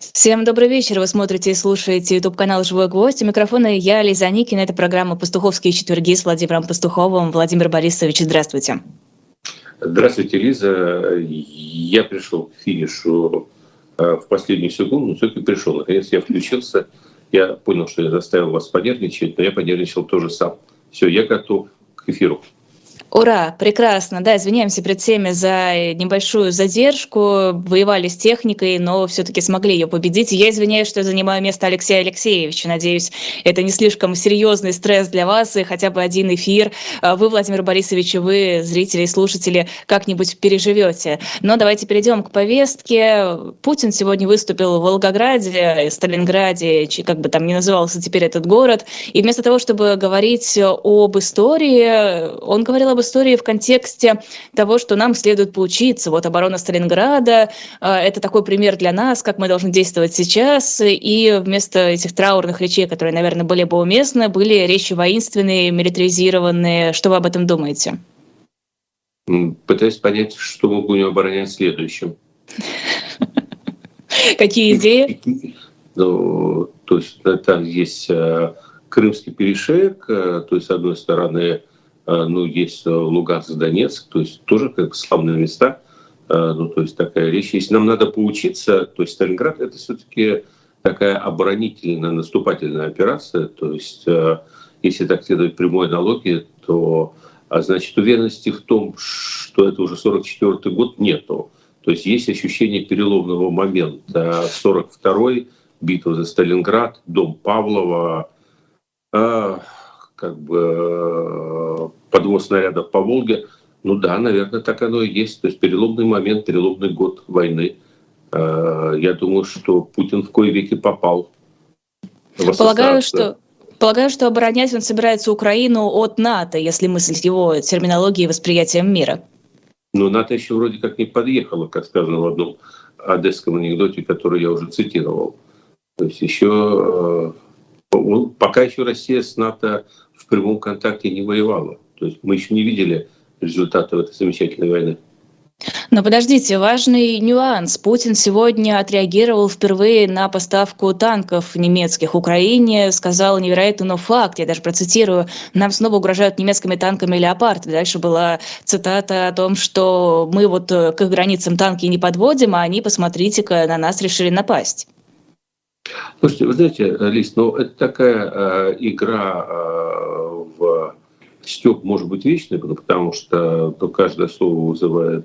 Всем добрый вечер. Вы смотрите и слушаете YouTube-канал «Живой гвоздь». У микрофона я, Лиза Никина. Это программа «Пастуховские четверги» с Владимиром Пастуховым. Владимир Борисович, здравствуйте. Здравствуйте, Лиза. Я пришел к финишу в последнюю секунду, но все-таки пришел. Наконец я включился. Я понял, что я заставил вас понервничать, но я понервничал тоже сам. Все, я готов к эфиру. Ура, прекрасно. Да, извиняемся перед всеми за небольшую задержку. Воевали с техникой, но все-таки смогли ее победить. Я извиняюсь, что я занимаю место Алексея Алексеевича. Надеюсь, это не слишком серьезный стресс для вас, и хотя бы один эфир вы, Владимир Борисович, и вы, зрители и слушатели, как-нибудь переживете. Но давайте перейдем к повестке. Путин сегодня выступил в Волгограде, Сталинграде, как бы там ни назывался теперь этот город, и вместо того, чтобы говорить об истории, он говорил об истории в контексте того, что нам следует поучиться. Вот оборона Сталинграда – это такой пример для нас, как мы должны действовать сейчас. И вместо этих траурных речей, которые, наверное, были бы уместны, были речи воинственные, милитаризированные. Что вы об этом думаете? Пытаюсь понять, что мы будем оборонять в следующем. Какие идеи? Ну, то есть там есть Крымский перешеек, то есть, с одной стороны, есть Луганск, Донецк, то есть тоже как славные места. То есть такая речь. Если нам надо поучиться, то есть Сталинград — это все-таки такая оборонительная, наступательная операция. То есть если так следовать прямой аналогии, то значит уверенности в том, что это уже 44-й год, нету. То есть есть ощущение переломного момента. 42-й, битва за Сталинград, дом Павлова, подвоз снарядов по Волге. Ну да, наверное, так оно и есть. То есть переломный момент, переломный год войны. Я думаю, что Путин в кои веки попал в ассоциацию. Полагаю, что оборонять он собирается Украину от НАТО, если мыслить его терминологией и восприятием мира. Но НАТО еще вроде как не подъехало, как сказано в одном одесском анекдоте, который я уже цитировал. То есть еще пока еще Россия с НАТО в прямом контакте не воевала. То есть мы еще не видели результатов этой замечательной войны. Но подождите, важный нюанс. Путин сегодня отреагировал впервые на поставку танков немецких Украине, сказал невероятный, но факт, я даже процитирую: «Нам снова угрожают немецкими танками «Леопард». Дальше была цитата о том, что мы вот к их границам танки не подводим, а они, посмотрите-ка, на нас решили напасть. Слушайте, вы знаете, Лиз, это такая игра в стёб может быть вечной, потому что каждое слово вызывает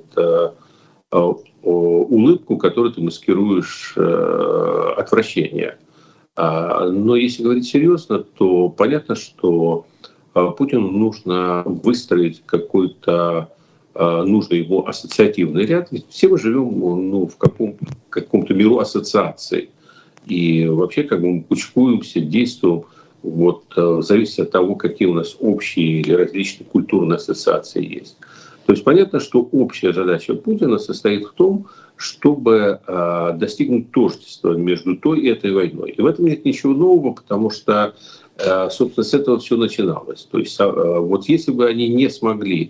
улыбку, которую ты маскируешь отвращение. Но если говорить серьезно, то понятно, что Путину нужно выстроить какой-то нужный ему ассоциативный ряд. Ведь все мы живем в каком-то миру ассоциаций. И вообще мы кучкуемся, действуем в зависимости от того, какие у нас общие или различные культурные ассоциации есть. То есть понятно, что общая задача Путина состоит в том, чтобы достигнуть тождества между той и этой войной. И в этом нет ничего нового, потому что, собственно, с этого все начиналось. То есть если бы они не смогли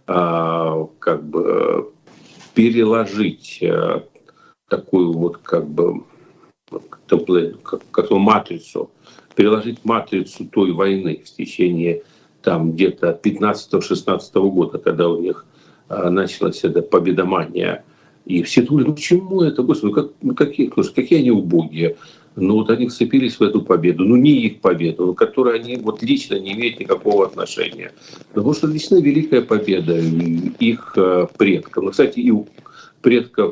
переложить такую матрицу, переложить матрицу той войны в течение где-то 15-16 года, когда у них началась эта победомания. И все думали, почему это, Господи, какие они убогие. Они вцепились в эту победу, не их победу, которой они лично не имеют никакого отношения. Потому что лично великая победа их предков. Кстати, и у предков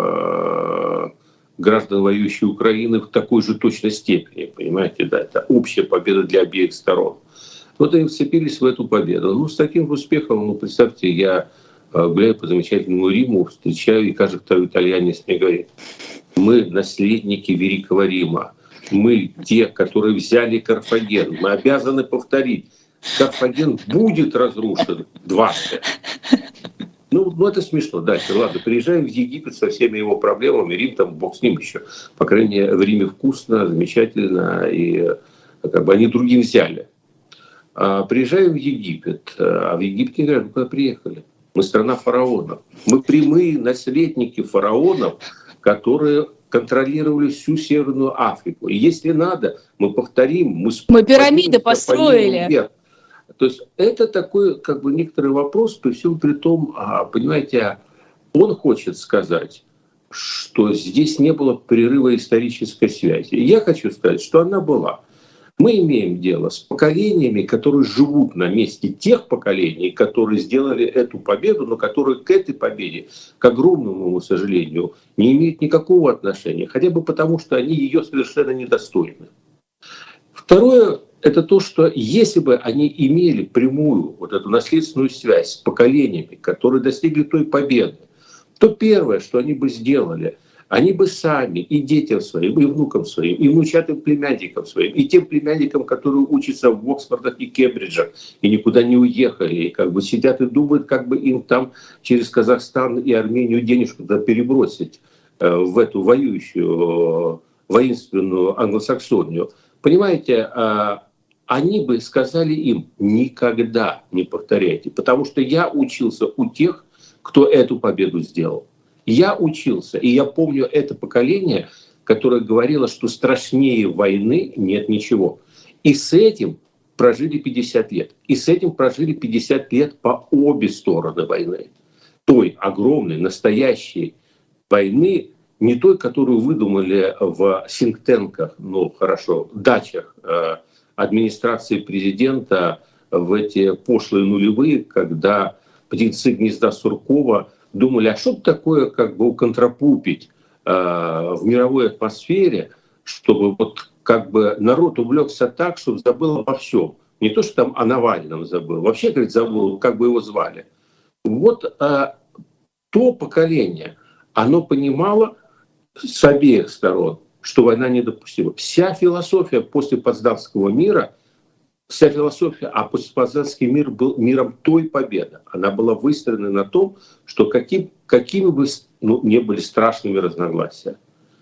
граждан воюющей Украины в такой же точной степени, понимаете, да, это общая победа для обеих сторон. Они вцепились в эту победу. С таким успехом, представьте, я гуляю по замечательному Риму, встречаю, и каждый второй итальянец мне говорит: мы наследники Великого Рима, мы те, которые взяли Карфаген, мы обязаны повторить, Карфаген будет разрушен дважды. Это смешно. Дальше, ладно, приезжаем в Египет со всеми его проблемами. Рим, бог с ним еще. По крайней мере, в Риме вкусно, замечательно, и они другим взяли. Приезжаем в Египет, а в Египте говорят: куда приехали? Мы страна фараонов. Мы прямые наследники фараонов, которые контролировали всю Северную Африку. И если надо, мы повторим, мы пирамиды построили. То есть это такой как бы некоторый вопрос, при всем при том, понимаете, он хочет сказать, что здесь не было прерыва исторической связи. И я хочу сказать, что она была. Мы имеем дело с поколениями, которые живут на месте тех поколений, которые сделали эту победу, но которые к этой победе, к огромному сожалению, не имеют никакого отношения, хотя бы потому, что они ее совершенно недостойны. Второе – это то, что если бы они имели прямую вот эту наследственную связь с поколениями, которые достигли той победы, то первое, что они бы сделали – они бы сами и детям своим, и внукам своим, и внучатым племянникам своим, и тем племянникам, которые учатся в Оксфордах и Кембриджах, и никуда не уехали, и как бы сидят и думают, как бы им там через Казахстан и Армению денежку перебросить в эту воюющую, воинственную англосаксонию. Понимаете, они бы сказали им: никогда не повторяйте, потому что я учился у тех, кто эту победу сделал. Я учился, и я помню это поколение, которое говорило, что страшнее войны нет ничего. И с этим прожили 50 лет. И с этим прожили 50 лет по обе стороны войны. Той огромной, настоящей войны, не той, которую выдумали в синктенках, ну хорошо, дачах администрации президента в эти пошлые нулевые, когда птенцы гнезда Суркова думали, а что такое как бы уконтрапупить в мировой атмосфере, чтобы вот как бы народ увлекся так, чтобы забыл обо всем. Не то, что там о Навальном забыл, вообще, говорит, забыл, как бы его звали. Вот то поколение, оно понимало с обеих сторон, что война недопустима. Вся философия после Потсдамского мира, а постпотсдамский мир был миром той победы. Она была выстроена на том, что какими бы не были страшными разногласия.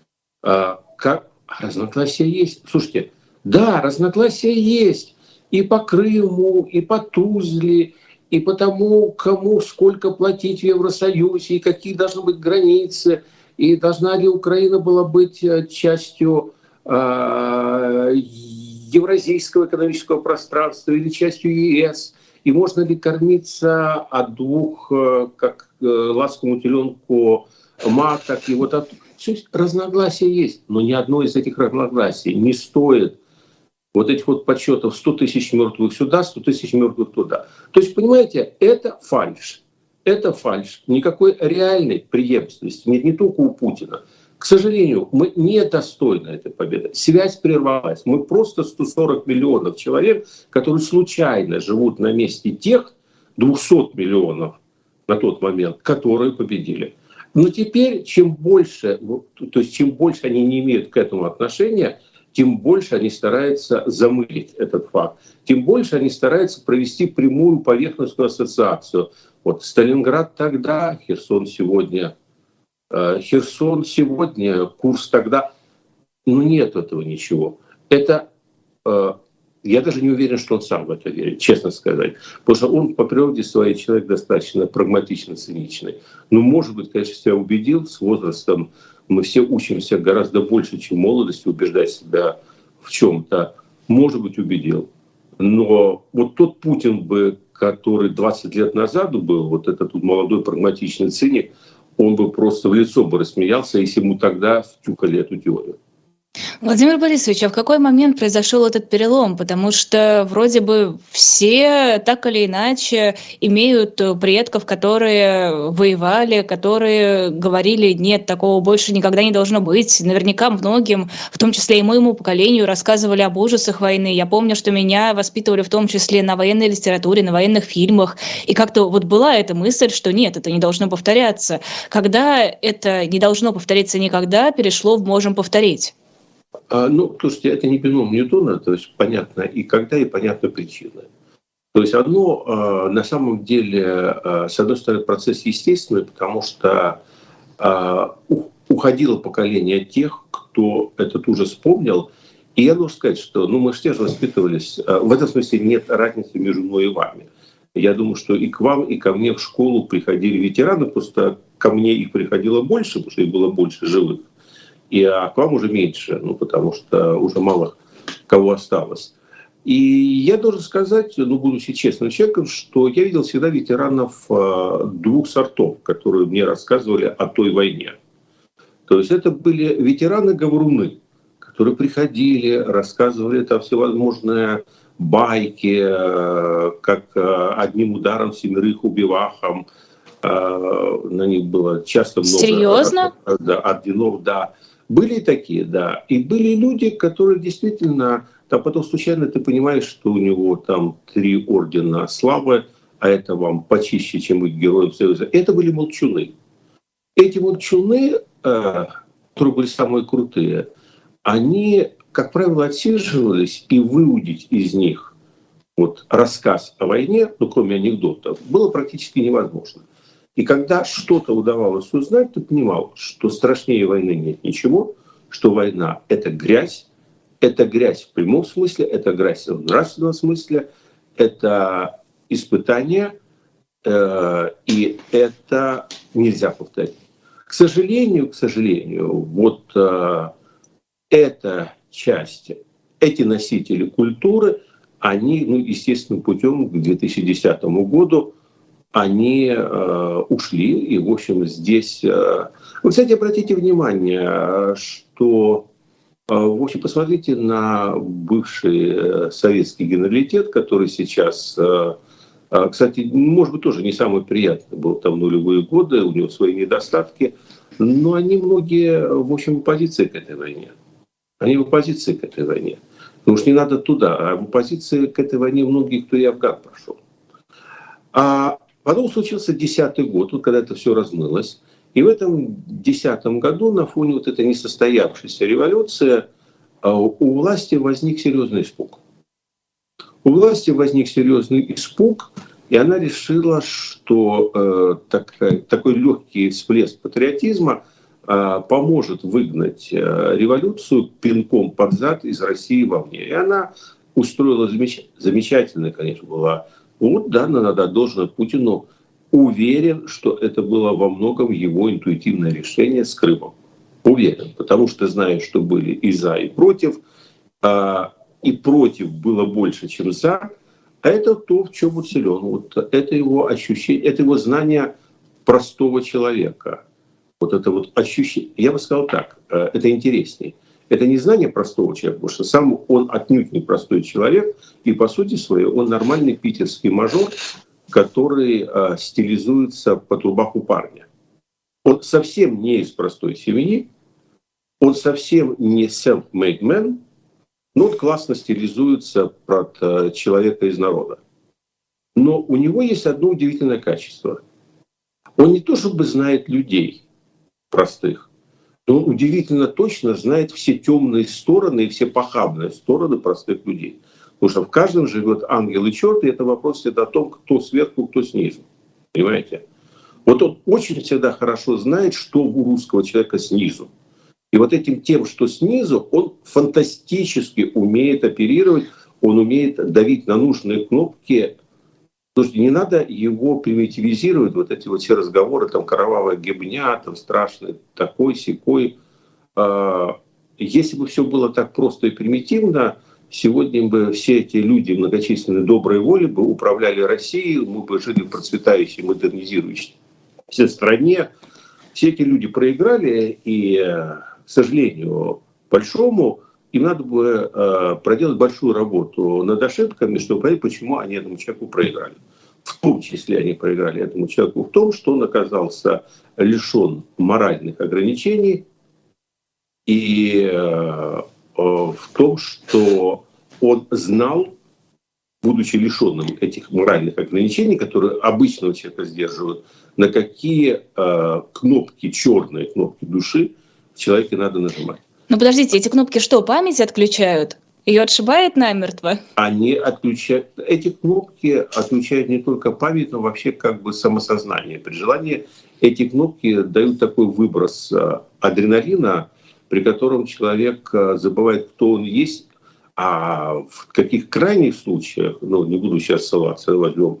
Разногласия есть. Слушайте, да, разногласия есть и по Крыму, и по Тузле, и по тому, кому сколько платить в Евросоюзе, и какие должны быть границы, и должна ли Украина была быть частью Евразийского экономического пространства или частью ЕС, и можно ли кормиться от двух, как ласковому теленку, маток, и вот от... Разногласия есть, но ни одно из этих разногласий не стоит вот этих вот подсчетов 100 тысяч мертвых сюда, 100 тысяч мертвых туда. То есть, понимаете, это фальшь. Это фальшь. Никакой реальной преемственности нет не только у Путина. К сожалению, мы недостойны этой победы. Связь прервалась. Мы просто 140 миллионов человек, которые случайно живут на месте тех 200 миллионов на тот момент, которые победили. Но теперь, чем больше они не имеют к этому отношения, тем больше они стараются замылить этот факт. Тем больше они стараются провести прямую поверхностную ассоциацию. Вот Сталинград тогда, Херсон сегодня. Херсон сегодня, курс тогда. Ну нет этого ничего. Это я даже не уверен, что он сам в это верит, честно сказать. Потому что он по природе своей человек достаточно прагматично циничный. Но, может быть, конечно, себя убедил с возрастом. Мы все учимся гораздо больше, чем в молодости, убеждать себя в чем-то. Может быть, убедил. Но вот тот Путин, который 20 лет назад был, вот этот молодой прагматичный циник, он бы просто в лицо бы рассмеялся, если ему тогда втюкали эту теорию. Владимир Борисович, а в какой момент произошел этот перелом? Потому что вроде бы все так или иначе имеют предков, которые воевали, которые говорили: нет, такого больше никогда не должно быть. Наверняка многим, в том числе и моему поколению, рассказывали об ужасах войны. Я помню, что меня воспитывали в том числе на военной литературе, на военных фильмах. И как-то вот была эта мысль, что нет, это не должно повторяться. Когда это не должно повториться никогда, перешло в «можем повторить»? Ну, слушайте, это не бином Ньютона, то есть понятно и когда, и понятна причина. То есть одно на самом деле, с одной стороны, процесс естественный, потому что уходило поколение тех, кто этот ужас помнил. И я должен сказать, что мы все же воспитывались, в этом смысле нет разницы между мной и вами. Я думаю, что и к вам, и ко мне в школу приходили ветераны, просто ко мне их приходило больше, потому что их было больше живых. а к вам уже меньше, потому что уже мало кого осталось. И я должен сказать, будучи честным человеком, что я видел всегда ветеранов двух сортов, которые мне рассказывали о той войне. То есть это были ветераны-говоруны, которые приходили, рассказывали там всевозможные байки, как одним ударом 7 убивахом. На них было часто много... Серьезно? Орденов, да. Были и такие, да. И были люди, которые действительно... Там потом случайно ты понимаешь, что у него там 3 ордена славы, а это вам почище, чем быть героем Союза. Это были молчуны. Эти молчуны, которые были самые крутые, они, как правило, отсиживались, и выудить из них рассказ о войне, кроме анекдотов, было практически невозможно. И когда что-то удавалось узнать, ты понимал, что страшнее войны нет ничего, что война — это грязь в прямом смысле, это грязь в нравственном смысле, это испытание, и это нельзя повторить. К сожалению, эта часть, эти носители культуры, они, естественным путем к 2010 году, они ушли. И, в общем, здесь... Вы, кстати, обратите внимание, что... В общем, посмотрите на бывший советский генералитет, который сейчас... Кстати, может быть, тоже не самый приятный был там нулевые годы, у него свои недостатки, но они многие, в общем, в оппозиции к этой войне. Они в оппозиции к этой войне. Потому что не надо туда, а в оппозиции к этой войне многие, кто и Афган прошел. А потом случился 10-й год, когда это все размылось. И в этом 10-м году на фоне этой несостоявшейся революции у власти возник серьезный испуг. У власти возник серьезный испуг, и она решила, что такой легкий всплеск патриотизма поможет выгнать революцию пинком под зад из России вовне. И она устроила замечательная, конечно, была. Надо должно Путину. Уверен, что это было во многом его интуитивное решение с Крымом. Уверен, потому что знаю, что были и за, и против. И против было больше, чем за. А это то, в чем он силен. Это его ощущение, это его знание простого человека. Это ощущение. Я бы сказал так, это интереснее. Это не знание простого человека, потому что сам он отнюдь не простой человек. И по сути своей он нормальный питерский мажор, который стилизуется под рубаху парня. Он совсем не из простой семьи, он совсем не self-made man, но он классно стилизуется под человека из народа. Но у него есть одно удивительное качество. Он не то чтобы знает людей простых, но он удивительно точно знает все темные стороны и все похабные стороны простых людей. Потому что в каждом живет ангел и черт, и это вопрос всегда о том, кто сверху, кто снизу. Понимаете? Он очень всегда хорошо знает, что у русского человека снизу. И этим тем, что снизу, он фантастически умеет оперировать, он умеет давить на нужные кнопки. Слушайте, не надо его примитивизировать, эти все разговоры, кровавая гибня, страшный такой-сякой. Если бы все было так просто и примитивно, сегодня бы все эти люди многочисленной доброй воли бы управляли Россией, мы бы жили в процветающей, модернизирующейся стране. Все эти люди проиграли, и, к сожалению, большому, им надо бы проделать большую работу над ошибками, чтобы понять, почему они этому человеку проиграли. В том числе они проиграли этому человеку в том, что он оказался лишен моральных ограничений, и в том, что он знал, будучи лишенным этих моральных ограничений, которые обычного человека сдерживают, на какие кнопки, черные кнопки души в человеке надо нажимать. Ну подождите, эти кнопки что, память отключают? Ее отшибает намертво? Они отключают, эти кнопки отключают не только память, но вообще самосознание. При желании эти кнопки дают такой выброс адреналина, при котором человек забывает, кто он есть, а в каких крайних случаях, не буду сейчас ссылаться, возьмем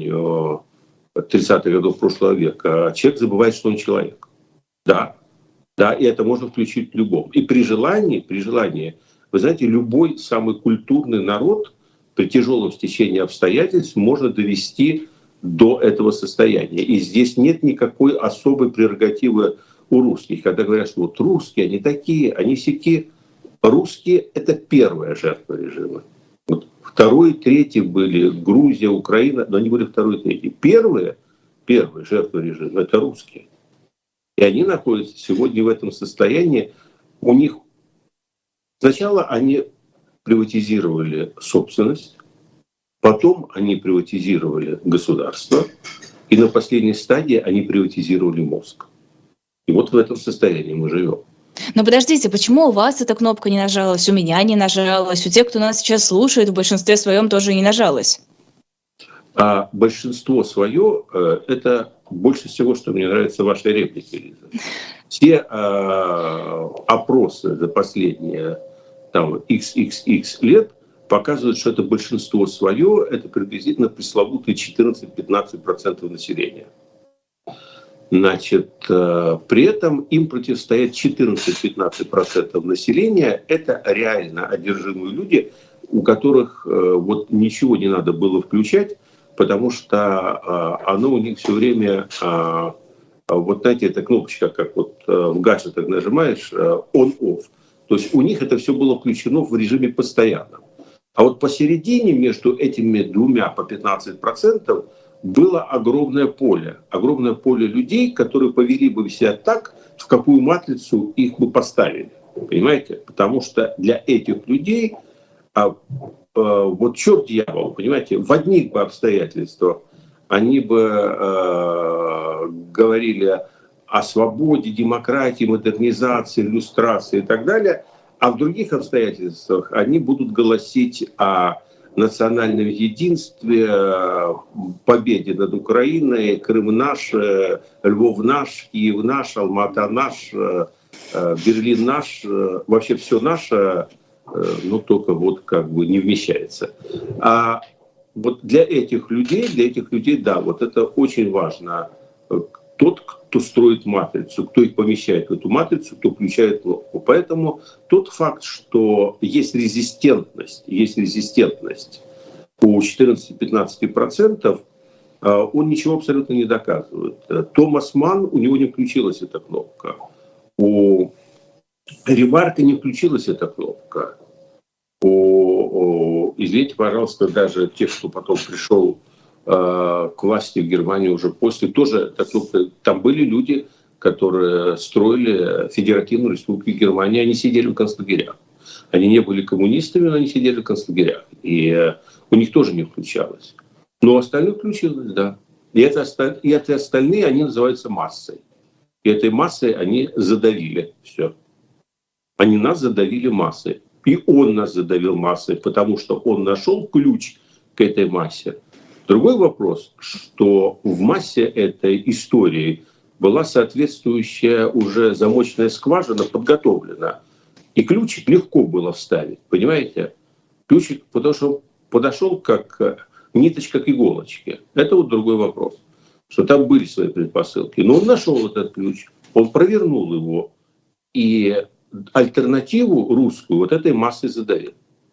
Германию 30-х годов прошлого века, человек забывает, что он человек. Да, Да, и это можно включить в любом. И при желании, вы знаете, любой самый культурный народ при тяжелом стечении обстоятельств можно довести до этого состояния. И здесь нет никакой особой прерогативы у русских. Когда говорят, что вот русские, они такие, они сяки. Русские – это первая жертва режима. Вот второй, третий были Грузия, Украина, но они были второй, третий. Первые жертвы режима – это русские. И они находятся сегодня в этом состоянии. У них сначала они приватизировали собственность, потом они приватизировали государство, и на последней стадии они приватизировали мозг. И вот в этом состоянии мы живем. Но подождите, почему у вас эта кнопка не нажалась, у меня не нажалась, у тех, кто нас сейчас слушает, в большинстве своем тоже не нажалась? А большинство свое – это больше всего, что мне нравится в вашей реплике, Лиза. Все опросы за последние XXX лет показывают, что это большинство свое, это приблизительно пресловутые 14-15% населения. Значит, при этом им противостоят 14-15% населения. Это реально одержимые люди, у которых вот ничего не надо было включать, потому что оно у них все время, вот знаете, эта кнопочка, как вот в гаджетах нажимаешь, on-off. То есть у них это все было включено в режиме постоянном. А вот посередине между этими двумя по 15% было огромное поле людей, которые повели бы себя так, в какую матрицу их бы поставили. Понимаете? Потому что для этих людей вот черт дьявол, понимаете, в одних бы обстоятельствах они бы говорили о свободе, демократии, модернизации, иллюстрации и так далее, а в других обстоятельствах они будут голосить о национальном единстве, победе над Украиной, Крым наш, Львов наш, Киев наш, Алмата наш, Берлин наш, вообще все наше, но только вот как бы не вмещается. А вот для этих людей, да, вот это очень важно. Тот, кто строит матрицу, кто их помещает в эту матрицу, кто включает кнопку. Поэтому тот факт, что есть резистентность у 14-15%, он ничего абсолютно не доказывает. Томас Манн, у него не включилась эта кнопка. У Ремарка не включилась эта кнопка. Извините, пожалуйста, даже те, кто потом пришел к власти в Германии уже после, тоже там были люди, которые строили Федеративную Республику Германии, они сидели в концлагерях. Они не были коммунистами, но они сидели в концлагерях. И у них тоже не включалось. Но остальных включилось, да. И эти остальные, они называются массой. И этой массой они задавили все. Они нас задавили массой. И он нас задавил массой, потому что он нашел ключ к этой массе. Другой вопрос, что в массе этой истории была соответствующая уже замочная скважина подготовлена. И ключик легко было вставить, понимаете? Ключик подошел как ниточка к иголочке. Это вот другой вопрос, что там были свои предпосылки. Но он нашел этот ключ, он провернул его, и альтернативу русскую вот этой массой задавил.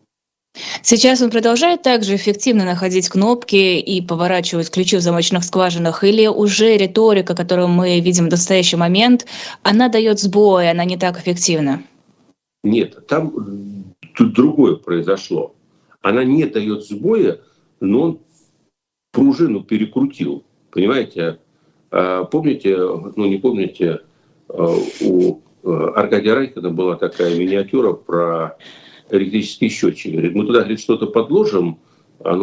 Сейчас он продолжает также эффективно находить кнопки и поворачивать ключи в замочных скважинах, или уже риторика, которую мы видим в настоящий момент, она дает сбой, она не так эффективна? Нет, там тут другое произошло. Она не дает сбоя, но он пружину перекрутил. Понимаете? Помните, не помните, у Аркадия Райкина была такая миниатюра про электрический счетчик. Говорит, мы туда, что-то подложим, оно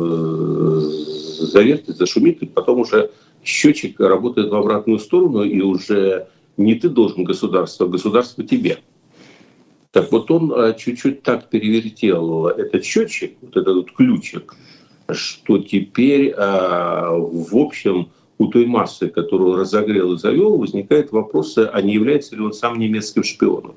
там завертит, зашумит, и потом уже счетчик работает в обратную сторону, и уже не ты должен государству, а государство тебе. Так вот он чуть-чуть так перевертел этот счетчик, вот этот вот ключик, что теперь, в общем, у той массы, которую разогрел и завел, возникает вопрос, а не является ли он сам немецким шпионом.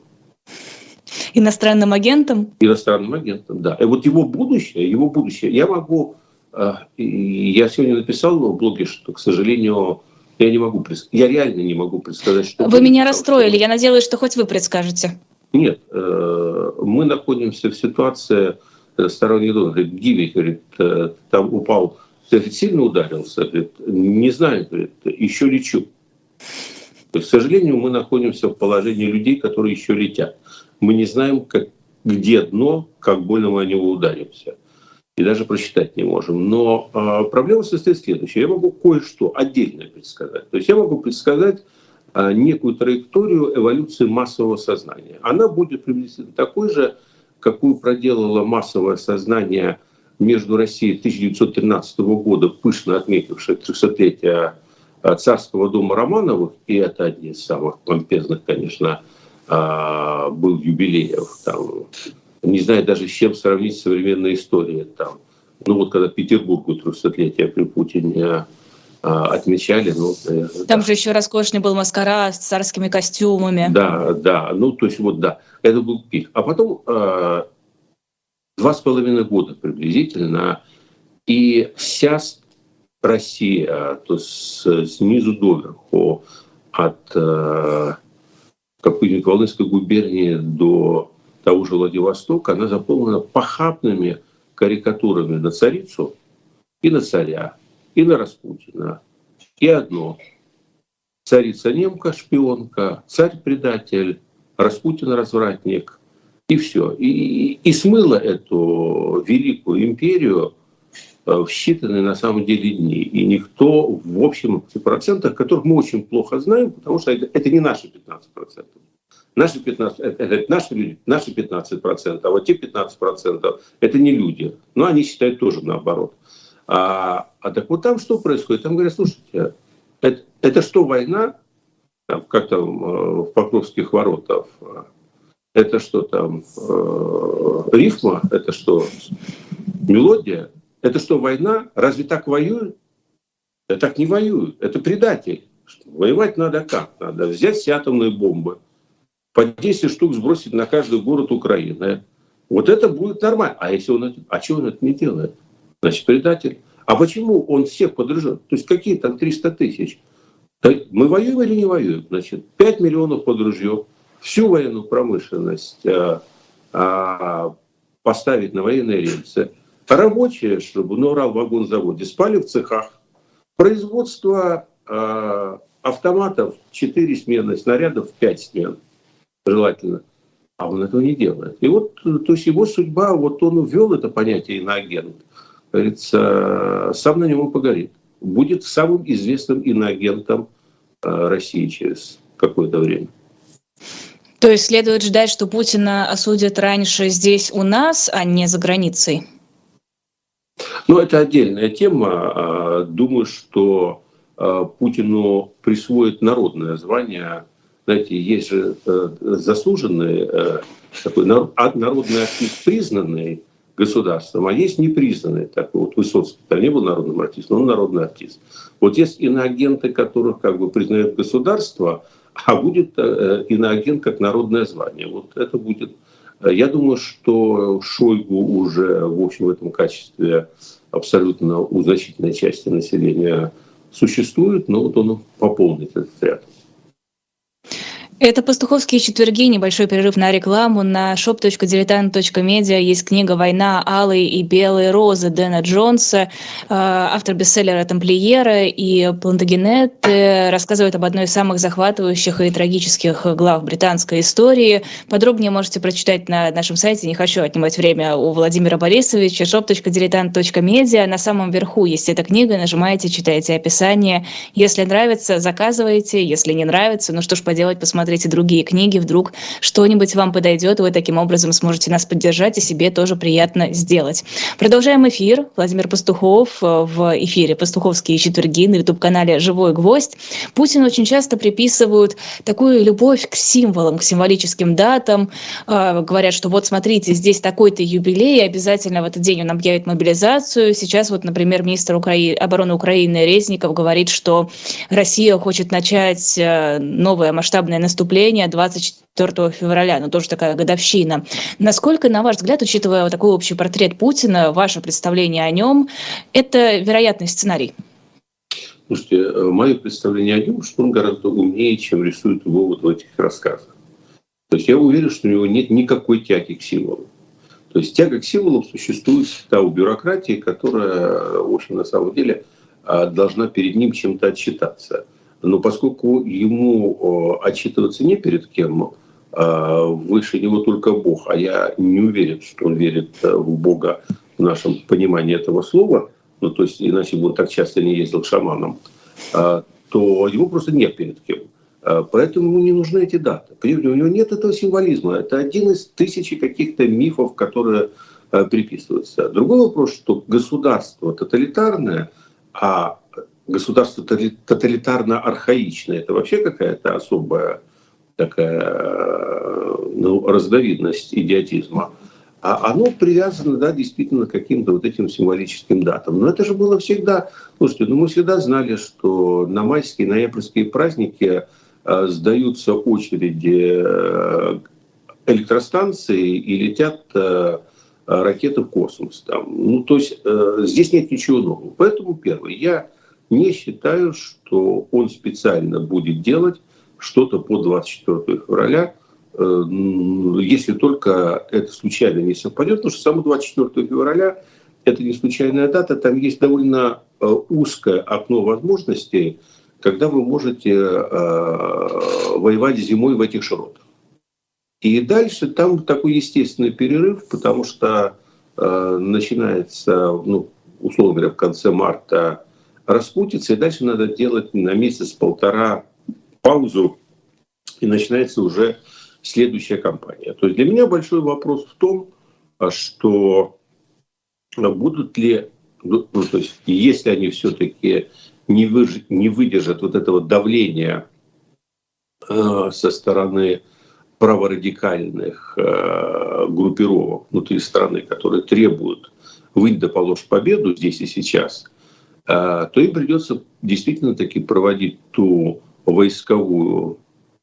Иностранным агентом? Иностранным агентом, да. И вот его будущее, я сегодня написал в блоге, что, к сожалению, Я не могу я реально не могу предсказать, что Вы будет, меня расстроили. Я надеялась, что хоть вы предскажете. Нет, мы находимся в ситуации, сторонний дом говорит, Гиви, говорит, там упал, ты сильно ударился? Говорит, не знаю, говорит, еще лечу. То есть, к сожалению, мы находимся в положении людей, которые еще летят. Мы не знаем, где дно, как больно мы о него ударимся. И даже просчитать не можем. Но проблема состоит в следующем. Я могу кое-что отдельно предсказать. То есть я могу предсказать некую траекторию эволюции массового сознания. Она будет приблизительно такой же, какую проделало массовое сознание между Россией 1913 года, пышно отметившей 300-летие царского дома Романовых, и это одни из самых помпезных, конечно, был юбилеев. Там, не знаю даже, с чем сравнить современной историей. Там, ну вот когда Петербургу 300-летие при Путине отмечали. Ну, там же еще роскошный был маскарад с царскими костюмами. Да, да, ну то есть вот да, это был пик. А потом 2,5 года приблизительно, и вся Россия, то есть снизу доверху, от какой-нибудь Волынской губернии до того же Владивостока, она заполнена похабными карикатурами на царицу и на царя, и на Распутина. И одно. Царица немка, шпионка, царь предатель, Распутин развратник. И все. И смыло эту великую империю в считанные на самом деле дни. И никто в общем процентах, которых мы очень плохо знаем, потому что это не наши 15%. Наши 15%, это наши люди, наши 15%, а вот те 15% это не люди. Но они считают тоже наоборот. А так вот там что происходит? Там говорят, слушайте, это что, война? Там, как там в Покровских воротах? Это что там, рифма? Это что, мелодия? Это что, война? Разве так воюют? Да так не воюют. Это предатель. Воевать надо как? Надо взять все атомные бомбы, по 10 штук сбросить на каждый город Украины. Вот это будет нормально. А если он это, чего он это не делает? Значит, предатель. А почему он всех подружет? То есть какие там 300 тысяч? Мы воюем или не воюем? Значит, 5 миллионов под ружье, всю военную промышленность поставить на военные рельсы. Рабочие, чтобы на Уралвагонзаводе спали в цехах. Производство автоматов 4 смены, снарядов 5 смен. Желательно. А он этого не делает. И вот, то есть его судьба, вот он ввел это понятие иноагент. Говорится, сам на нем погорит. Будет самым известным иноагентом России через какое-то время. То есть следует ждать, что Путина осудят раньше здесь у нас, а не за границей? Ну, это отдельная тема. Думаю, что Путину присвоит народное звание. Знаете, есть же заслуженный такой народный артист, признанный государством, а есть непризнанный такой. Вот Высоцкий там не был народным артистом, он народный артист. Вот есть иноагенты, которых как бы признает государство, а будет иноагент как народное звание. Вот это будет. Я думаю, что Шойгу уже, в общем, в этом качестве абсолютно у значительной части населения существует, но вот он пополнит этот ряд. Это «Пастуховские четверги», небольшой перерыв на рекламу. На shop.diletant.media есть книга «Война алой и белой розы» Дэна Джонса, автор бестселлера «Тамплиеры», и Плантагенет рассказывает об одной из самых захватывающих и трагических глав британской истории. Подробнее можете прочитать на нашем сайте. Не хочу отнимать время у Владимира Борисовича. shop.diletant.media. На самом верху есть эта книга. Нажимаете, читаете описание. Если нравится, заказывайте. Если не нравится, ну что ж поделать, посмотрите другие книги, вдруг что-нибудь вам подойдет, вы таким образом сможете нас поддержать и себе тоже приятно сделать. Продолжаем эфир. Владимир Пастухов в эфире «Пастуховские четверги» на YouTube-канале «Живой гвоздь». Путину очень часто приписывают такую любовь к символам, к символическим датам. Говорят, что вот смотрите, здесь такой-то юбилей, обязательно в этот день он объявит мобилизацию. Сейчас вот, например, министр обороны Украины Резников говорит, что Россия хочет начать новое масштабное наступление 24 февраля, но тоже такая годовщина. Насколько, на ваш взгляд, учитывая вот такой общий портрет Путина, ваше представление о нем, это вероятный сценарий? Слушайте, мое представление о нем, что он гораздо умнее, чем рисует его вот в этих рассказах. То есть я уверен, что у него нет никакой тяги к символам. То есть тяга к символам существует всегда у бюрократии, которая, в общем, на самом деле должна перед ним чем-то отчитаться. Но поскольку ему отчитываться не перед кем, выше него только Бог, а я не уверен, что он верит в Бога в нашем понимании этого слова, ну то есть иначе бы он так часто не ездил к шаманам, то ему просто нет перед кем. Поэтому ему не нужны эти даты. Понимаете, у него нет этого символизма. Это один из тысячи каких-то мифов, которые приписываются. Другой вопрос, что государство тоталитарное, а государство тоталитарно-архаичное, это вообще какая-то особая такая разновидность идиотизма. А оно привязано, да, действительно, к каким-то вот этим символическим датам. Но это же было всегда. Слушайте, мы всегда знали, что на майские, ноябрьские праздники сдаются очереди электростанции и летят ракеты в космос. Там. Ну, то есть здесь нет ничего нового. Поэтому, первое, я не считаю, что он специально будет делать что-то по 24 февраля, если только это случайно не совпадет, потому что само 24 февраля это не случайная дата, там есть довольно узкое окно возможностей, когда вы можете воевать зимой в этих широтах. И дальше там такой естественный перерыв, потому что начинается, ну, условно говоря, в конце марта распутиться, и дальше надо делать на месяц-полтора паузу, и начинается уже следующая кампания. То есть для меня большой вопрос в том, что будут ли, ну, то есть если они все-таки не выдержат вот этого давления со стороны праворадикальных группировок внутри страны, которые требуют выйти да положь победу здесь и сейчас, то им придется действительно таки проводить ту войсковую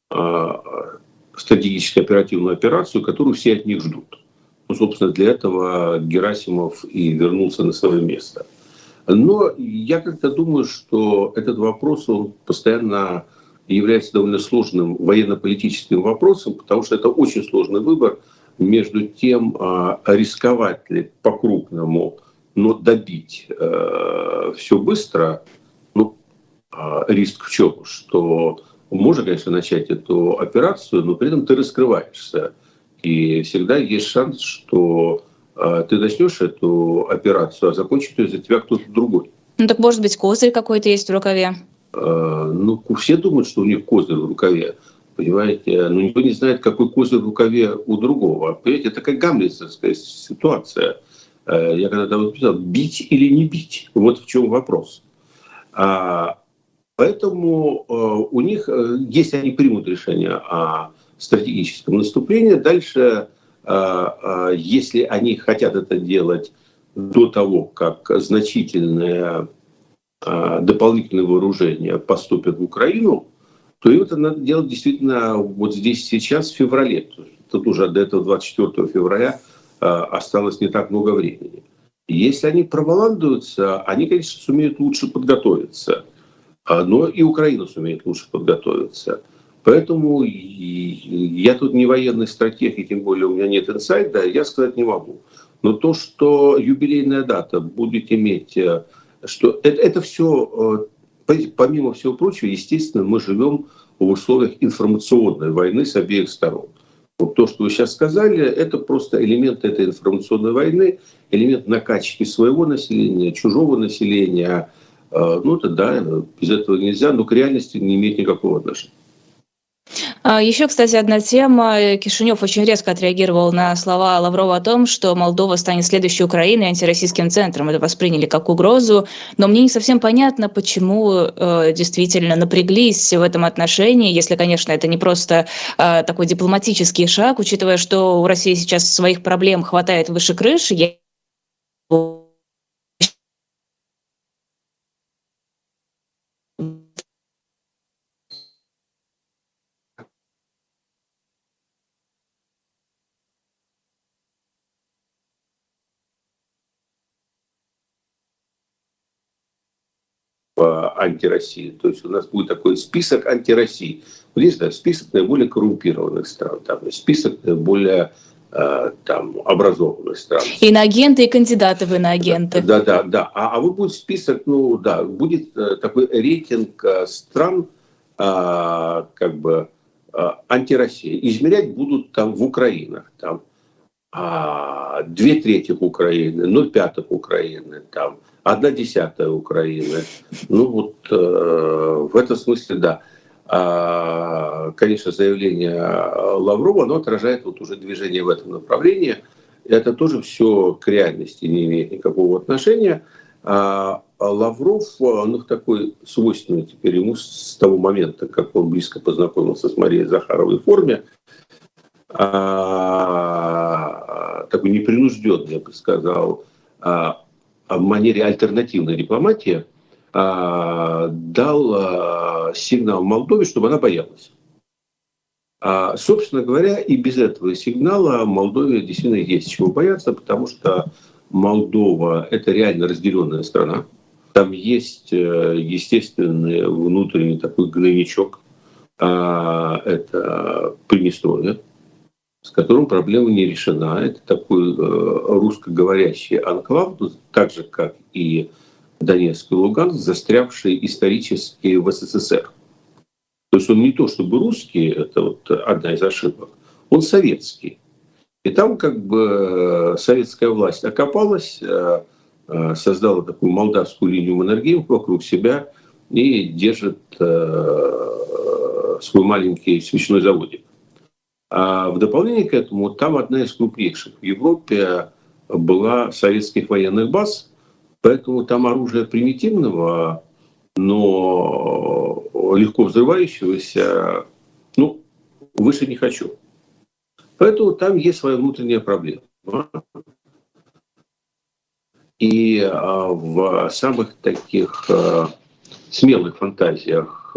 стратегическую оперативную операцию, которую все от них ждут. Ну, собственно, для этого Герасимов и вернулся на свое место. Но я как-то думаю, что этот вопрос, он постоянно является довольно сложным военно-политическим вопросом, потому что это очень сложный выбор между тем, рисковать ли по-крупному, но добить все быстро. Ну, риск в чем? Что можно, конечно, начать эту операцию, но при этом ты раскрываешься. И всегда есть шанс, что ты начнешь эту операцию, а закончит ее за тебя кто-то другой. Ну так, может быть, козырь какой-то есть в рукаве? Ну, все думают, что у них козырь в рукаве. Понимаете, но никто не знает, какой козырь в рукаве у другого. Понимаете, это как гамлетовская ситуация. Я когда-то вот писал, бить или не бить, вот в чем вопрос. Поэтому у них, если они примут решение о стратегическом наступлении, дальше, если они хотят это делать до того, как значительное дополнительное вооружение поступит в Украину, то им это надо делать действительно вот здесь сейчас, в феврале. Тут уже до этого 24 февраля осталось не так много времени. Если они пробаландуются, они, конечно, сумеют лучше подготовиться. Но и Украина сумеет лучше подготовиться. Поэтому я тут не военный стратег, и тем более у меня нет инсайда, я сказать не могу. Но то, что юбилейная дата будет иметь, что это все, помимо всего прочего, естественно, мы живем в условиях информационной войны с обеих сторон. Вот то, что вы сейчас сказали, это просто элемент этой информационной войны, элемент накачки своего населения, чужого населения. Ну, это да, без этого нельзя, но к реальности не имеет никакого отношения. Еще, кстати, одна тема. Кишинев очень резко отреагировал на слова Лаврова о том, что Молдова станет следующей Украиной антироссийским центром. Это восприняли как угрозу. Но мне не совсем понятно, почему действительно напряглись в этом отношении, если, конечно, это не просто такой дипломатический шаг, учитывая, что у России сейчас своих проблем хватает выше крыши. антироссии. То есть у нас будет такой список антироссии. Вот есть, да, список наиболее коррумпированных стран, там, список наиболее там, образованных стран. Иноагенты и кандидаты в иноагенты. Да. А вот будет список, будет такой рейтинг стран, как бы, антироссии. Измерять будут там в Украинах. Там 2/3 Украины, 0,5 Украины, там 1/10 Украины. В этом смысле, да. Конечно, заявление Лаврова, оно отражает вот уже движение в этом направлении. Это тоже все к реальности не имеет никакого отношения. Лавров, такой свойственный теперь ему с того момента, как он близко познакомился с Марией Захаровой в форме, такой непринужденный, я бы сказал, в манере альтернативной дипломатии, дал сигнал Молдове, чтобы она боялась. Собственно говоря, и без этого сигнала Молдове действительно есть чего бояться, потому что Молдова – это реально разделенная страна. Там есть естественный внутренний такой гнойничок. Это Приднестровье, с которым проблема не решена. Это такой русскоговорящий анклав, так же, как и Донецк и Луганск, застрявший исторически в СССР. То есть он не то чтобы русский, это вот одна из ошибок, он советский. И там как бы советская власть окопалась, создала такую молдавскую линию Маннергейма вокруг себя и держит свой маленький свечной заводик. А в дополнение к этому, там одна из крупнейших в Европе была советских военных баз, поэтому там оружие примитивного, но легко взрывающегося, выше не хочу. Поэтому там есть своя внутренняя проблема. И в самых таких смелых фантазиях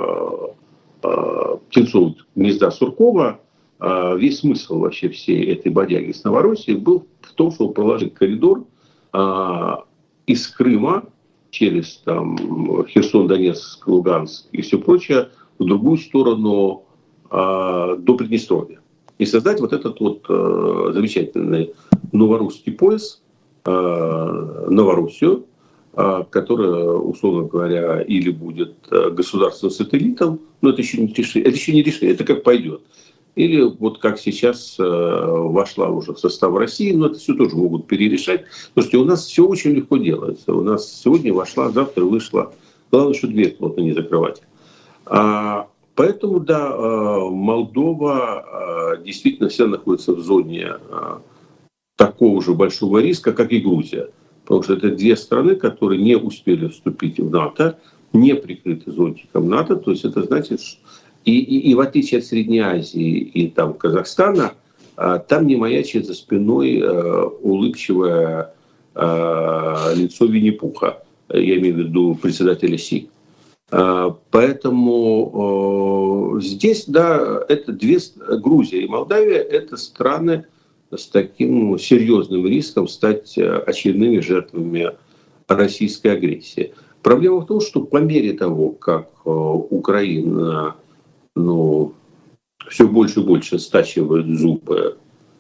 птенцов гнезда Суркова весь смысл вообще всей этой бодяги с Новороссией был в том, чтобы проложить коридор из Крыма через Херсон, Донецк, Луганск и все прочее в другую сторону до Приднестровья. И создать вот этот вот замечательный новорусский пояс, Новороссию, которая, условно говоря, или будет государственным сателлитом, но это еще не решение, это как пойдет. Или вот как сейчас вошла уже в состав России, но это все тоже могут перерешать. Слушайте, у нас все очень легко делается. У нас сегодня вошла, завтра вышла. Главное, что дверь плотно не закрывать. Поэтому, да, Молдова действительно вся находится в зоне такого же большого риска, как и Грузия. Потому что это две страны, которые не успели вступить в НАТО, не прикрыты зонтиком НАТО. То есть это значит, что и в отличие от Средней Азии и Казахстана, там не маячит за спиной улыбчивое лицо Винни-Пуха, я имею в виду председателя Си. Поэтому здесь, да, это Грузия и Молдавия, это страны с таким серьезным риском стать очередными жертвами российской агрессии. Проблема в том, что по мере того, как Украина все больше и больше стачивает зубы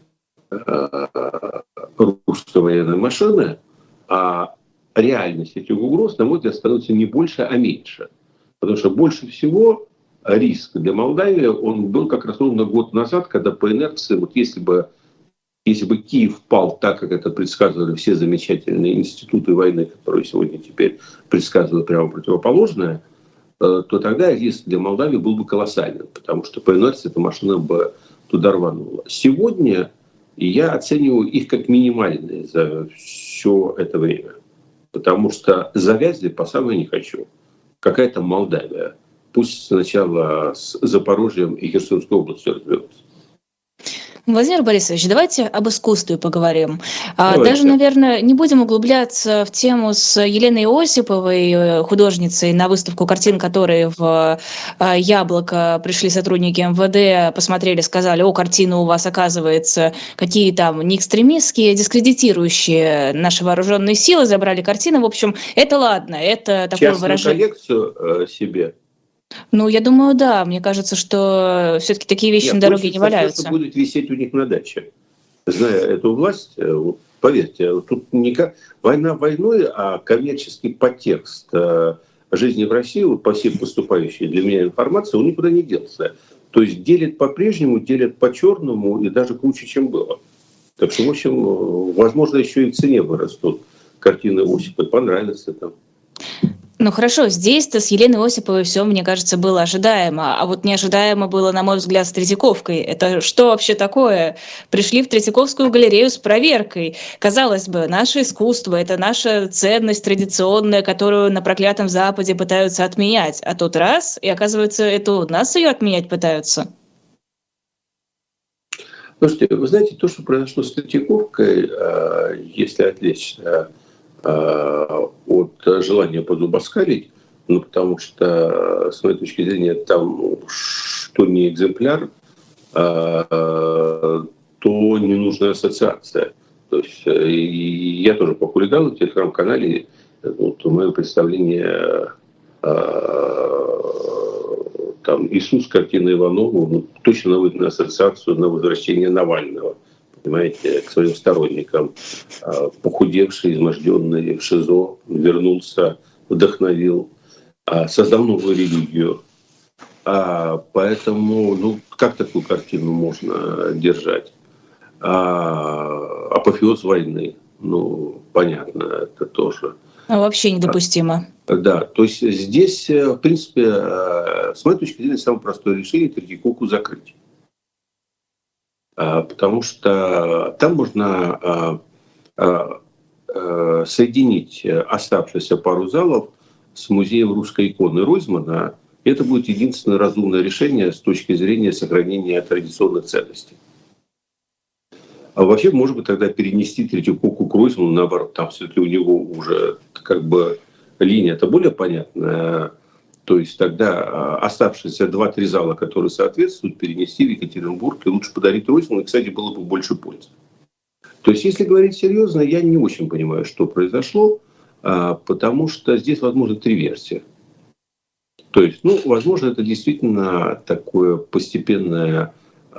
русской военной машины, а реальность этих угроз, на мой взгляд, становится не больше, а меньше. Потому что больше всего риск для Молдавии, он был как раз ровно год назад, когда по инерции, вот если бы Киев пал так, как это предсказывали все замечательные институты войны, которые сегодня теперь предсказывают прямо противоположное, то тогда риск для Молдавии был бы колоссальным, потому что по инерции эта машина бы туда рванула. Сегодня я оцениваю их как минимальные за все это время, потому что завязли по самое не хочу. Какая-то Молдавия. Пусть сначала с Запорожьем и Херсонской областью разберутся. Владимир Борисович, давайте об искусстве поговорим. Давайте. Даже, наверное, не будем углубляться в тему с Еленой Осиповой, художницей, на выставку картин, которые в «Яблоко» пришли сотрудники МВД, посмотрели, сказали: о, картины у вас, оказывается, какие там не экстремистские, а дискредитирующие наши вооруженные силы, забрали картины. В общем, это ладно, это такое Частную выражение. коллекцию себе. Ну, я думаю, да. Мне кажется, что все-таки такие вещи на дороге не валяются. Что будет висеть у них на даче. Зная эту власть, поверьте, тут никак... Война войной, а коммерческий подтекст жизни в России, вот по всей поступающей для меня информации, он никуда не делся. То есть делят по-прежнему, делят по-черному и даже круче, чем было. Так что, в общем, возможно, еще и в цене вырастут картины Осипа. Понравится там. Ну хорошо, здесь-то с Еленой Осиповой все, мне кажется, было ожидаемо. А вот неожидаемо было, на мой взгляд, с Третьяковкой. Это что вообще такое? Пришли в Третьяковскую галерею с проверкой. Казалось бы, наше искусство — это наша ценность традиционная, которую на проклятом Западе пытаются отменять. А тут раз, и оказывается, это у нас ее отменять пытаются. Слушайте, вы знаете, то, что произошло с Третьяковкой, если отвлечься от желания позубоскалить, ну, потому что, с моей точки зрения, там что не экземпляр, то ненужная ассоциация. То есть я тоже похулиганил в телеграм-канале, вот, мое представление там Иисус, картина Иванова, ну, точно наводит на ассоциацию на возвращение Навального, понимаете, к своим сторонникам. Похудевший, изможденный в ШИЗО, вернулся, вдохновил, создал новую религию. Поэтому, ну, как такую картину можно держать? Апофеоз войны, ну, понятно, это тоже. Вообще недопустимо. Да, то есть здесь, в принципе, с моей точки зрения, самое простое решение — Третьяковку закрыть. Потому что там можно соединить оставшиеся пару залов с музеем русской иконы Ройзмана. Это будет единственное разумное решение с точки зрения сохранения традиционных ценностей. А вообще, может быть, тогда перенести Третьяковку к Ройзману, наоборот, там все-таки у него уже как бы линия-то более понятная. То есть тогда оставшиеся 2-3 зала, которые соответствуют, перенести в Екатеринбург и лучше подарить Ройзману, и, кстати, было бы больше пользы. То есть, если говорить серьезно, я не очень понимаю, что произошло, потому что здесь, возможно, 3 версии. То есть, ну, возможно, это действительно такое постепенное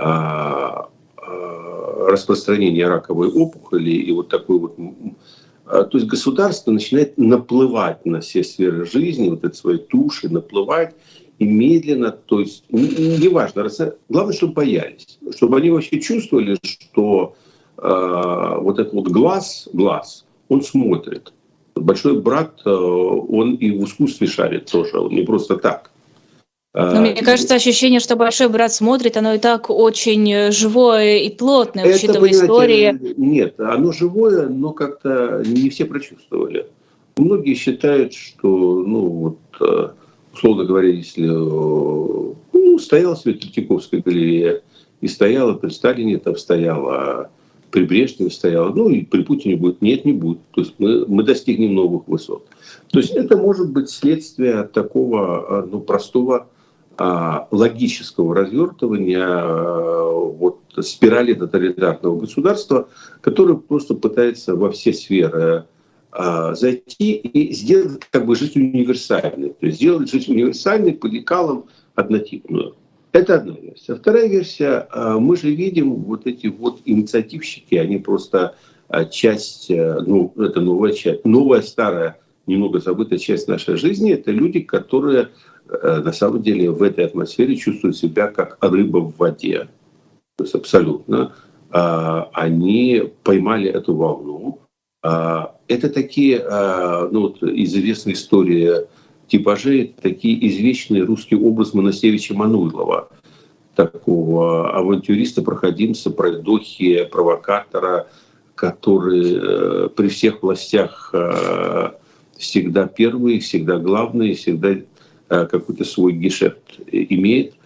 распространение раковой опухоли и вот такой вот... То есть государство начинает наплывать на все сферы жизни, вот этой своей туши, наплывать и медленно, то есть неважно, главное, чтобы боялись, чтобы они вообще чувствовали, что вот этот вот глаз, он смотрит. Большой брат, он и в искусстве шарит тоже, он не просто так. Но мне кажется, ощущение, что большой брат смотрит, оно и так очень живое и плотное, учитывая истории. Нет, оно живое, но как-то не все прочувствовали. Многие считают, что, ну вот, условно говоря, если стояла себе Третьяковская галерея, и стояла при Сталине, там стояла, при Брежневе стояла, ну и при Путине будет. Нет, не будет. То есть мы достигнем новых высот. То есть это может быть следствие такого, ну, простого логического развертывания вот, спирали тоталитарного государства, которое просто пытается во все сферы зайти и сделать как бы жизнь универсальной. То есть сделать жизнь универсальной по лекалам однотипную. Это одна версия. Вторая версия. Мы же видим вот эти вот инициативщики, они просто часть, ну, это новая часть, новая, старая, немного забытая часть нашей жизни. Это люди, которые на самом деле в этой атмосфере чувствуют себя как рыба в воде. То есть абсолютно. Они поймали эту волну. Это такие, ну вот из известной истории типажей, такие извечный русский образ Монасевича Мануйлова, такого авантюриста, проходимца, пройдохи, провокатора, который при всех властях всегда первый, всегда главный, всегда какой-то свой гешефт имеет.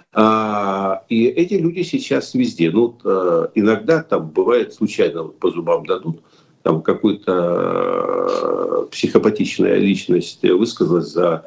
И эти люди сейчас везде. Ну, иногда там бывает случайно вот по зубам дадут, там какой-то психопатичная личность высказалась за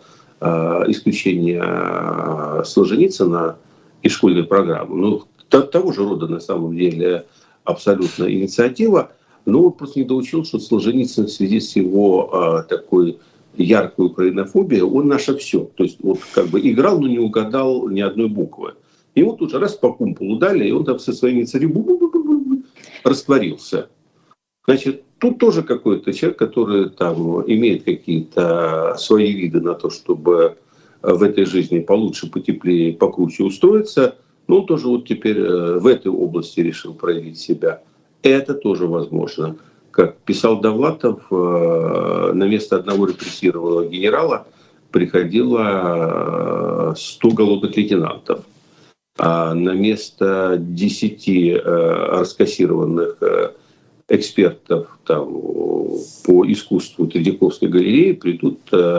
исключение Солженицына из школьной программы. Ну, того же рода на самом деле абсолютно инициатива. Но он просто не доучил, что Солженицын в связи с его такой яркой украинофобией, он наше все. То есть вот как бы играл, но не угадал ни одной буквы. Ему тут же раз по кумполу дали, и он там со своими царями растворился. Значит, тут тоже какой-то человек, который там имеет какие-то свои виды на то, чтобы в этой жизни получше, потеплее, покруче устроиться, но он тоже вот теперь в этой области решил проявить себя. Это тоже возможно. Как писал Довлатов, на место одного репрессированного генерала приходило 100 голодных лейтенантов. А на место 10 раскассированных экспертов там, по искусству Тредяковской галереи придут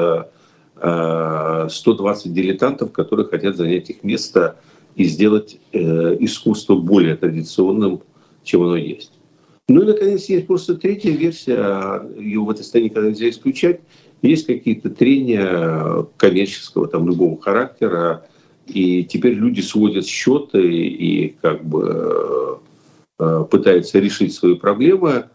120 дилетантов, которые хотят занять их место и сделать искусство более традиционным, чем оно есть. Ну и, наконец, есть просто третья версия, ее в этой стране никогда нельзя исключать. Есть какие-то трения коммерческого, там, любого характера, и теперь люди сводят счеты и как бы пытаются решить свои проблемы,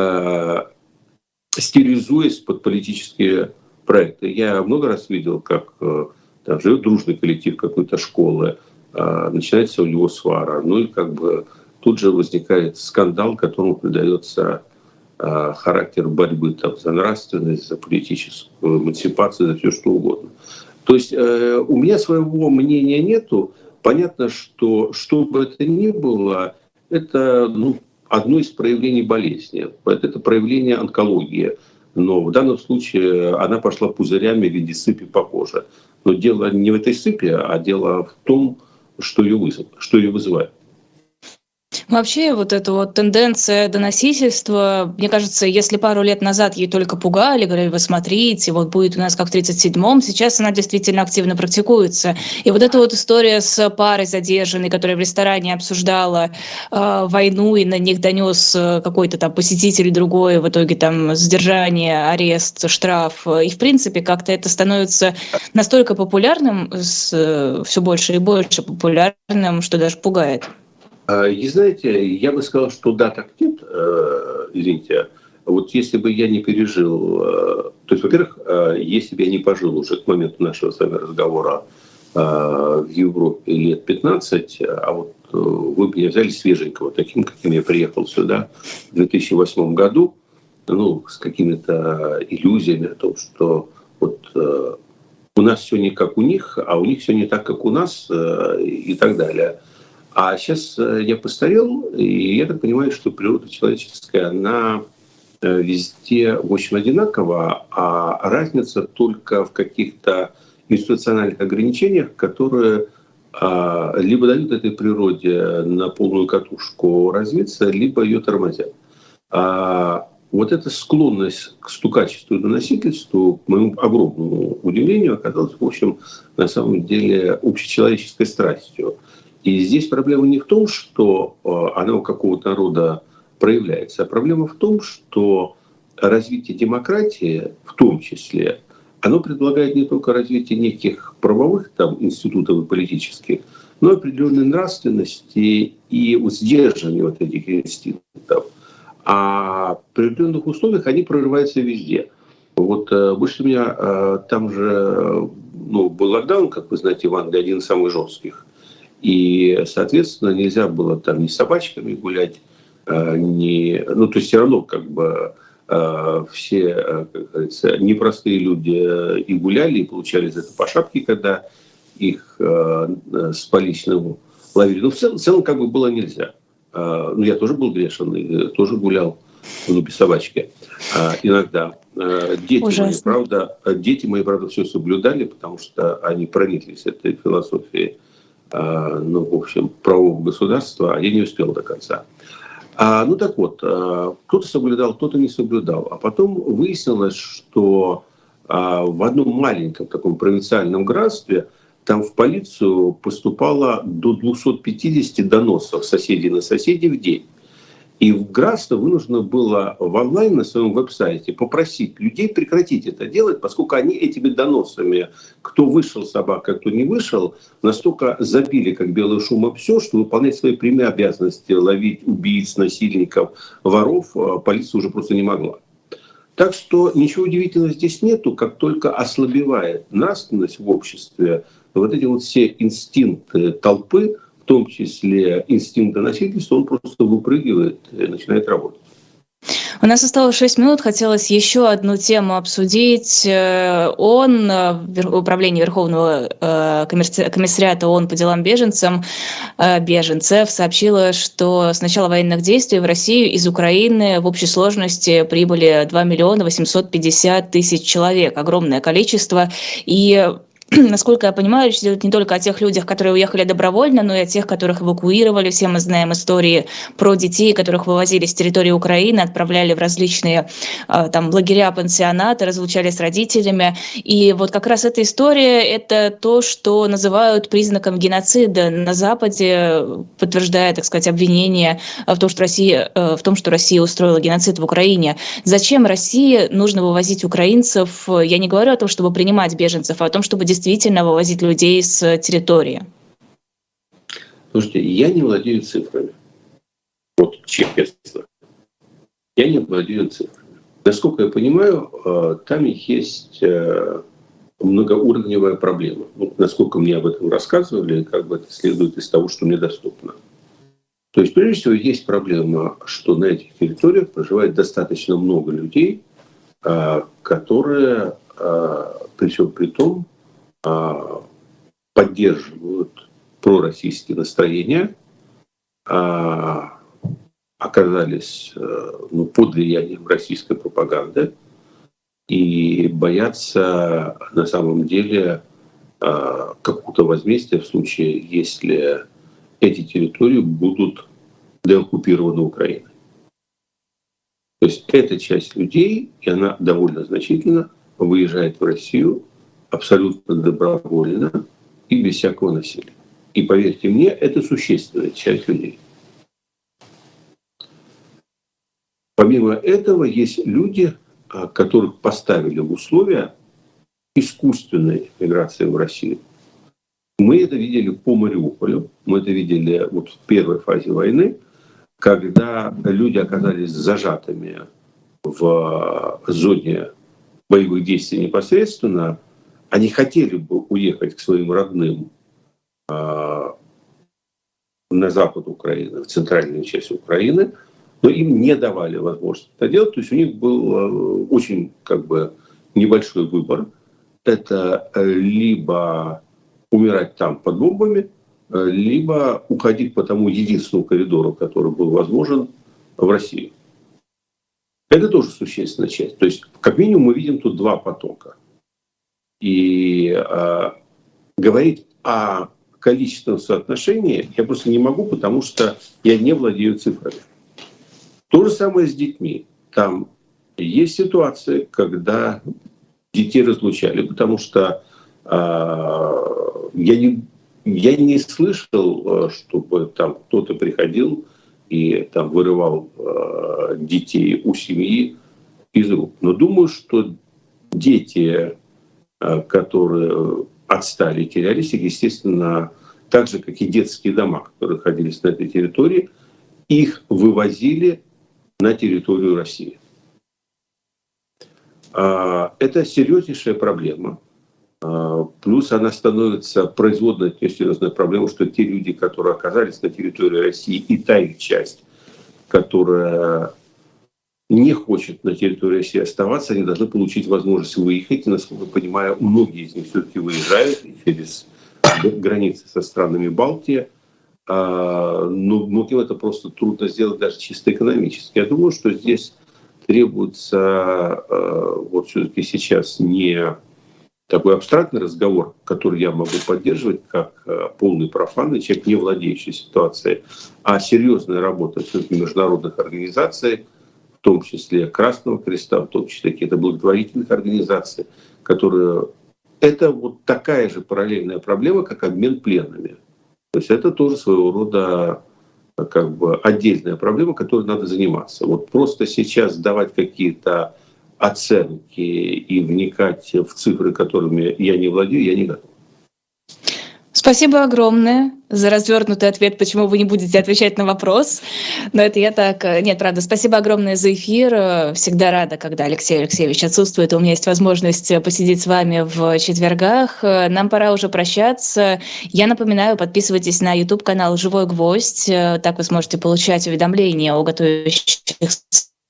стилизуясь под политические проекты. Я много раз видел, как там живет дружный коллектив какой-то школы, начинается у него свара, ну и как бы тут же возникает скандал, которому придается характер борьбы там, за нравственность, за политическую эмансипацию, за все что угодно. То есть у меня своего мнения нету. Понятно, что бы это ни было, это одно из проявлений болезни. Это проявление онкологии. Но в данном случае она пошла пузырями в виде сыпи по коже. Но дело не в этой сыпи, а дело в том, что ее вызывает. Вообще вот эта вот тенденция доносительства, мне кажется, если пару лет назад ей только пугали, говорили, вы смотрите, вот будет у нас как в 1937-м, сейчас она действительно активно практикуется. И вот эта вот история с парой задержанной, которая в ресторане обсуждала войну, и на них донес какой-то там посетитель другой, в итоге там задержание, арест, штраф. И в принципе как-то это становится настолько популярным, все больше и больше популярным, что даже пугает. И знаете, я бы сказал, что да, так нет, извините, вот если бы я не пережил, то есть, во-первых, если бы я не пожил уже к моменту нашего с вами разговора в Европе лет 15, а вот вы бы меня взяли свеженького, таким, каким я приехал сюда в 2008 году, с какими-то иллюзиями о том, что вот у нас все не как у них, а у них все не так, как у нас и так далее. А сейчас я постарел, и я так понимаю, что природа человеческая, она везде, в общем, одинакова, а разница только в каких-то институциональных ограничениях, которые либо дают этой природе на полную катушку развиться, либо ее тормозят. Вот эта склонность к стукачеству и доносительству, к моему огромному удивлению, оказалась, в общем, на самом деле общечеловеческой страстью. И здесь проблема не в том, что она у какого-то народа проявляется, а проблема в том, что развитие демократии, в том числе, оно предполагает не только развитие неких правовых там, институтов и политических, но и определенной нравственности и сдерживания вот этих институтов. А при определенных условиях они прорываются везде. Вот больше меня там же был локдаун, как вы знаете, в Англии один из самых жестких. И, соответственно, нельзя было там ни с собачками гулять, то есть все равно как бы все, как говорится, непростые люди и гуляли, и получали за это по шапке, когда их с поличным ловили. Но в целом как бы было нельзя. Я тоже был грешен, и тоже гулял, без собачки иногда. Дети мои, правда, все соблюдали, потому что они прониклись этой философией, в общем, правового государства, а я не успел до конца. Так вот, кто-то соблюдал, кто-то не соблюдал. А потом выяснилось, что в одном маленьком таком провинциальном графстве там в полицию поступало до 250 доносов соседей на соседей в день. И государство вынуждено было в онлайн на своем веб-сайте попросить людей прекратить это делать, поскольку они этими доносами, кто вышел собака, кто не вышел, настолько забили, как белый шум, об все, что выполнять свои прямые обязанности, ловить убийц, насильников, воров, полиция уже просто не могла. Так что ничего удивительного здесь нету, как только ослабевает нравственность в обществе, вот эти вот все инстинкты толпы, в том числе инстинкт доносительства, он просто выпрыгивает и начинает работать. У нас осталось 6 минут. Хотелось еще одну тему обсудить. Управление Верховного комиссариата ООН по делам беженцев сообщило, что с начала военных действий в Россию из Украины в общей сложности прибыли 2 миллиона 850 тысяч человек. Огромное количество. И насколько я понимаю, речь идет не только о тех людях, которые уехали добровольно, но и о тех, которых эвакуировали. Все мы знаем истории про детей, которых вывозили с территории Украины, отправляли в различные там лагеря, пансионаты, разлучали с родителями. И вот как раз эта история – это то, что называют признаком геноцида на Западе, подтверждая, так сказать, обвинение в том, что Россия устроила геноцид в Украине. Зачем России нужно вывозить украинцев? Я не говорю о том, чтобы принимать беженцев, а о том, чтобы действительно вывозить людей с территории. Слушайте, я не владею цифрами. Вот честно. Я не владею цифрами. Насколько я понимаю, там есть многоуровневая проблема. Ну, насколько мне об этом рассказывали, как бы это следует из того, что мне доступно. То есть, прежде всего, есть проблема, что на этих территориях проживает достаточно много людей, которые, при всем при том, поддерживают пророссийские настроения, оказались под влиянием российской пропаганды и боятся на самом деле какого-то возмездия в случае, если эти территории будут деоккупированы Украиной. То есть эта часть людей, и она довольно значительно, выезжает в Россию абсолютно добровольно и без всякого насилия. И поверьте мне, это существенная часть людей. Помимо этого, есть люди, которых поставили в условия искусственной миграции в Россию. Мы это видели по Мариуполю, мы это видели вот в первой фазе войны, когда люди оказались зажатыми в зоне боевых действий непосредственно, они хотели бы уехать к своим родным на запад Украины, в центральную часть Украины, но им не давали возможность это делать. То есть у них был очень небольшой выбор. Это либо умирать там под бомбами, либо уходить по тому единственному коридору, который был возможен в Россию. Это тоже существенная часть. То есть, как минимум, мы видим тут два потока. И говорить о количественном соотношении я просто не могу, потому что я не владею цифрами. То же самое с детьми. Там есть ситуации, когда детей разлучали, потому что я не слышал, чтобы там кто-то приходил и там вырывал детей у семьи из рук. Но думаю, что дети, которые отстали, терялись, естественно, так же, как и детские дома, которые находились на этой территории, их вывозили на территорию России. Это серьезнейшая проблема. Плюс она становится производной от нее серьезной проблемой, что те люди, которые оказались на территории России, и та их часть, которая не хочет на территории России оставаться, они должны получить возможность выехать. И, насколько я понимаю, многие из них все-таки выезжают через границы со странами Балтии. Но многим это просто трудно сделать даже чисто экономически. Я думаю, что здесь требуется вот все-таки сейчас не такой абстрактный разговор, который я могу поддерживать как полный профан, человек, не владеющий ситуацией, а серьезная работа все-таки международных организаций, в том числе Красного Креста, в том числе каких-то благотворительных организаций, которые это вот такая же параллельная проблема, как обмен пленными. То есть это тоже своего рода как бы отдельная проблема, которой надо заниматься. Вот просто сейчас давать какие-то оценки и вникать в цифры, которыми я не владею, я не готов. Спасибо огромное за развернутый ответ, почему вы не будете отвечать на вопрос. Но это я так... Нет, правда, спасибо огромное за эфир. Всегда рада, когда Алексей Алексеевич отсутствует, и у меня есть возможность посидеть с вами в четвергах. Нам пора уже прощаться. Я напоминаю, подписывайтесь на YouTube-канал «Живой гвоздь». Так вы сможете получать уведомления о готовящихся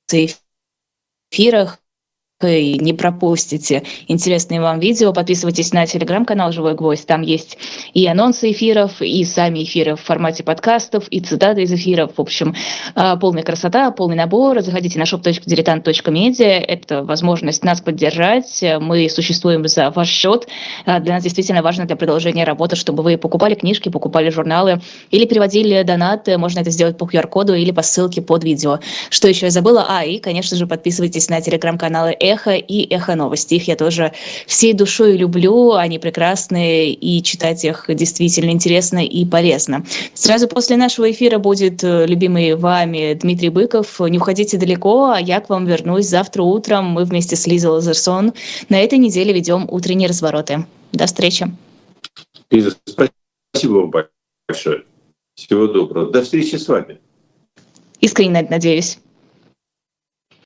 эфирах и не пропустите интересные вам видео. Подписывайтесь на телеграм-канал «Живой гвоздь». Там есть и анонсы эфиров, и сами эфиры в формате подкастов, и цитаты из эфиров. В общем, полная красота, полный набор. Заходите на shop.diletant.media. Это возможность нас поддержать. Мы существуем за ваш счет. Для нас действительно важно для продолжения работы, чтобы вы покупали книжки, покупали журналы или переводили донаты. Можно это сделать по QR-коду или по ссылке под видео. Что еще я забыла? И, конечно же, подписывайтесь на телеграм-каналы «Эхо» и «Эхо новости». Их я тоже всей душой люблю, они прекрасные, и читать их действительно интересно и полезно. Сразу после нашего эфира будет любимый вами Дмитрий Быков. Не уходите далеко, а я к вам вернусь завтра утром. Мы вместе с Лизой Лазерсон на этой неделе ведем утренние развороты. До встречи. Лиза, спасибо вам большое. Всего доброго. До встречи с вами. Искренне надеюсь.